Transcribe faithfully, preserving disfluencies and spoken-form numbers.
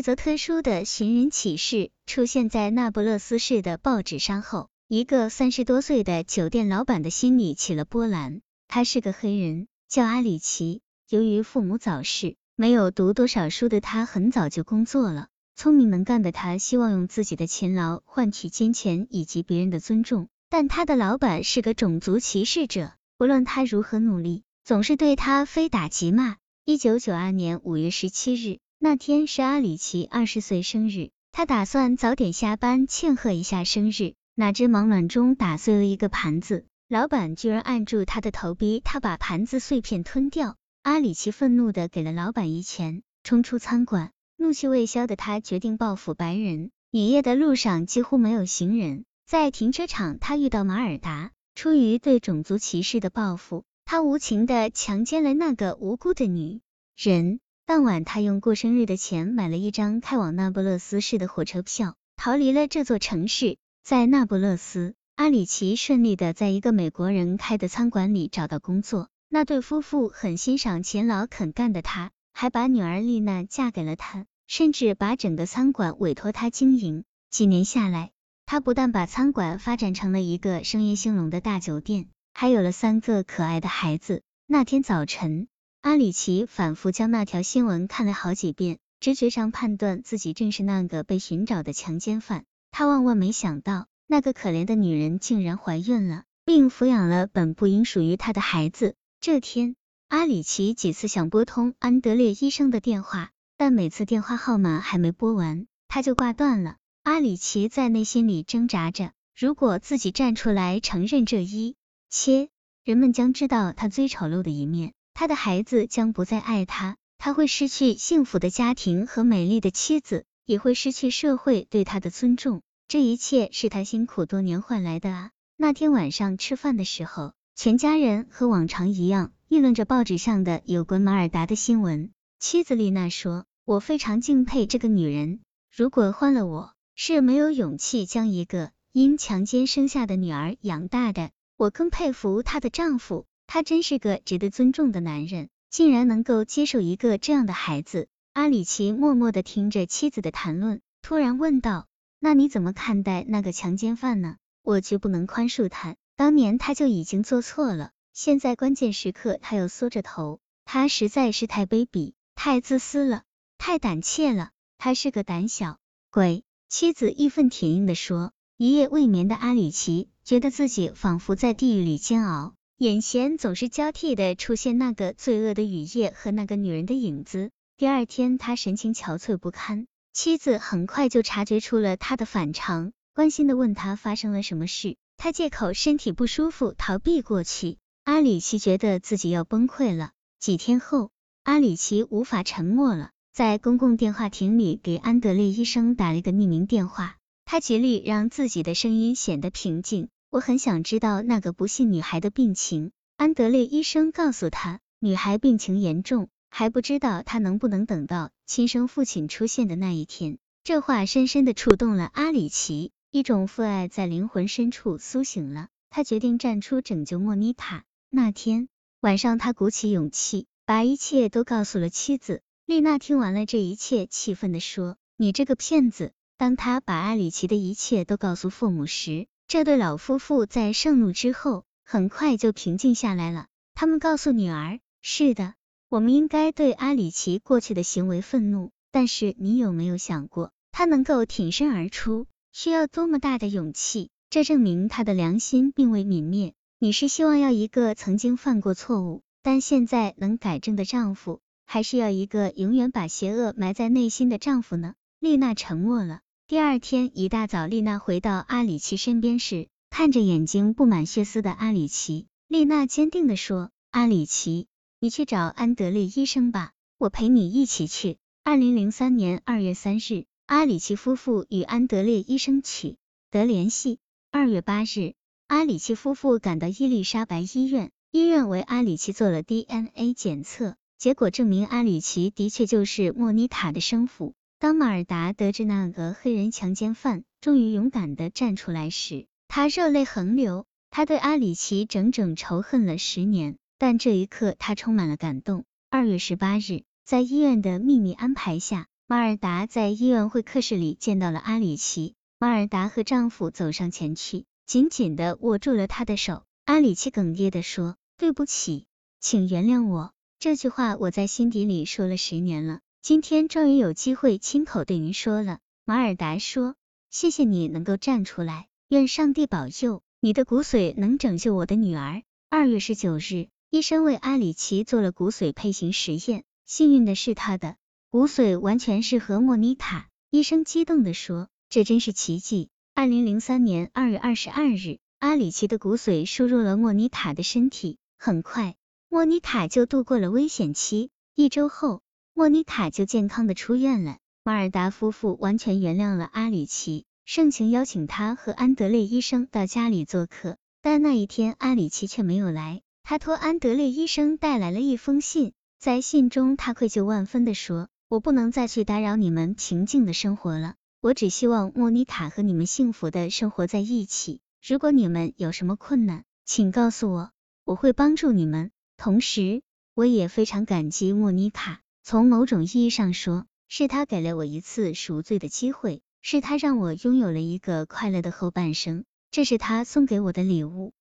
则特殊的寻人启事出现在那不勒斯市的报纸上后，一个三十多岁的酒店老板的心里起了波澜。他是个黑人，叫阿里奇。由于父母早逝，没有读多少书的他很早就工作了。聪明能干的他希望用自己的勤劳换取金钱以及别人的尊重，但他的老板是个种族歧视者，无论他如何努力，总是对他非打即骂。一九九二年五月十七日，那天是阿里奇二十岁生日，他打算早点下班庆贺一下生日，哪知忙乱中打碎了一个盘子，老板居然按住他的头，逼他把盘子碎片吞掉。阿里奇愤怒的给了老板一拳，冲出餐馆。怒气未消的他决定报复白人。雨夜的路上几乎没有行人，在停车场他遇到马尔达，出于对种族歧视的报复，他无情的强奸了那个无辜的女人。当晚他用过生日的钱买了一张开往那不勒斯市的火车票，逃离了这座城市。在那不勒斯，阿里奇顺利的在一个美国人开的餐馆里找到工作，那对夫妇很欣赏勤劳肯干的他，还把女儿丽娜嫁给了他，甚至把整个餐馆委托他经营。几年下来，他不但把餐馆发展成了一个生意兴隆的大酒店，还有了三个可爱的孩子。那天早晨，阿里奇反复将那条新闻看了好几遍，直觉上判断自己正是那个被寻找的强奸犯。他万万没想到，那个可怜的女人竟然怀孕了，并抚养了本不应属于她的孩子。这天，阿里奇几次想拨通安德烈医生的电话，但每次电话号码还没拨完，他就挂断了。阿里奇在内心里挣扎着，如果自己站出来承认这一切，人们将知道他最丑陋的一面，他的孩子将不再爱他，他会失去幸福的家庭和美丽的妻子，也会失去社会对他的尊重。这一切是他辛苦多年换来的啊！那天晚上吃饭的时候，全家人和往常一样议论着报纸上的有关马尔达的新闻。妻子丽娜说，我非常敬佩这个女人，如果换了我，是没有勇气将一个因强奸生下的女儿养大的。我更佩服她的丈夫，他真是个值得尊重的男人，竟然能够接受一个这样的孩子。阿里奇默默地听着妻子的谈论，突然问道，那你怎么看待那个强奸犯呢？我绝不能宽恕他，当年他就已经做错了，现在关键时刻他又缩着头，他实在是太卑鄙，太自私了，太胆怯了，他是个胆小鬼。妻子义愤填膺地说。一夜未眠的阿里奇觉得自己仿佛在地狱里煎熬，眼前总是交替的出现那个罪恶的雨夜和那个女人的影子。第二天他神情憔悴不堪，妻子很快就察觉出了他的反常，关心的问他发生了什么事。他借口身体不舒服逃避过去。阿里奇觉得自己要崩溃了。几天后，阿里奇无法沉默了，在公共电话亭里给安德烈医生打了一个匿名电话。他竭力让自己的声音显得平静。我很想知道那个不幸女孩的病情。安德烈医生告诉他，女孩病情严重，还不知道她能不能等到亲生父亲出现的那一天。这话深深地触动了阿里奇，一种父爱在灵魂深处苏醒了。他决定站出拯救莫妮卡。那天晚上，他鼓起勇气，把一切都告诉了妻子。丽娜听完了这一切，气愤地说，你这个骗子。当他把阿里奇的一切都告诉父母时，这对老夫妇在盛怒之后很快就平静下来了。他们告诉女儿，是的，我们应该对阿里奇过去的行为愤怒，但是你有没有想过，他能够挺身而出需要多么大的勇气？这证明他的良心并未泯灭。你是希望要一个曾经犯过错误但现在能改正的丈夫，还是要一个永远把邪恶埋在内心的丈夫呢？丽娜沉默了。第二天一大早，丽娜回到阿里奇身边时，看着眼睛布满血丝的阿里奇，丽娜坚定地说，阿里奇，你去找安德烈医生吧，我陪你一起去。二零零三年二月三日，阿里奇夫妇与安德烈医生取得联系。二月八日，阿里奇夫妇赶到伊丽莎白医院，医院为阿里奇做了 D N A 检测，结果证明阿里奇的确就是莫妮卡的生父。当马尔达得知那个黑人强奸犯终于勇敢地站出来时，他热泪横流。他对阿里奇整整仇恨了十年，但这一刻他充满了感动。二月十八日，在医院的秘密安排下， 马尔达在医院会客室里见到了阿里奇，马尔达和丈夫走上前去，紧紧地握住了她的手。阿里奇哽咽地说：“对不起，请原谅我。”这句话我在心底里说了十年了，今天终于有机会亲口对您说了。马尔达说：“谢谢你能够站出来，愿上帝保佑，你的骨髓能拯救我的女儿。”二月十九日，医生为阿里奇做了骨髓配型实验，幸运的是他的骨髓完全适合莫妮塔。医生激动地说：“这真是奇迹。”二零零三年二月二十二日，阿里奇的骨髓输入了莫妮塔的身体，很快莫妮塔就度过了危险期。一周后，莫妮塔就健康的出院了。马尔达夫妇完全原谅了阿里奇，盛情邀请他和安德烈医生到家里做客。但那一天阿里奇却没有来，他托安德烈医生带来了一封信，在信中他愧疚万分地说：“我不能再去打扰你们平静的生活了，我只希望莫妮塔和你们幸福的生活在一起。如果你们有什么困难，请告诉我，我会帮助你们。同时，我也非常感激莫妮塔，从某种意义上说，是她给了我一次赎罪的机会，是她让我拥有了一个快乐的后半生。这是她送给我的礼物。”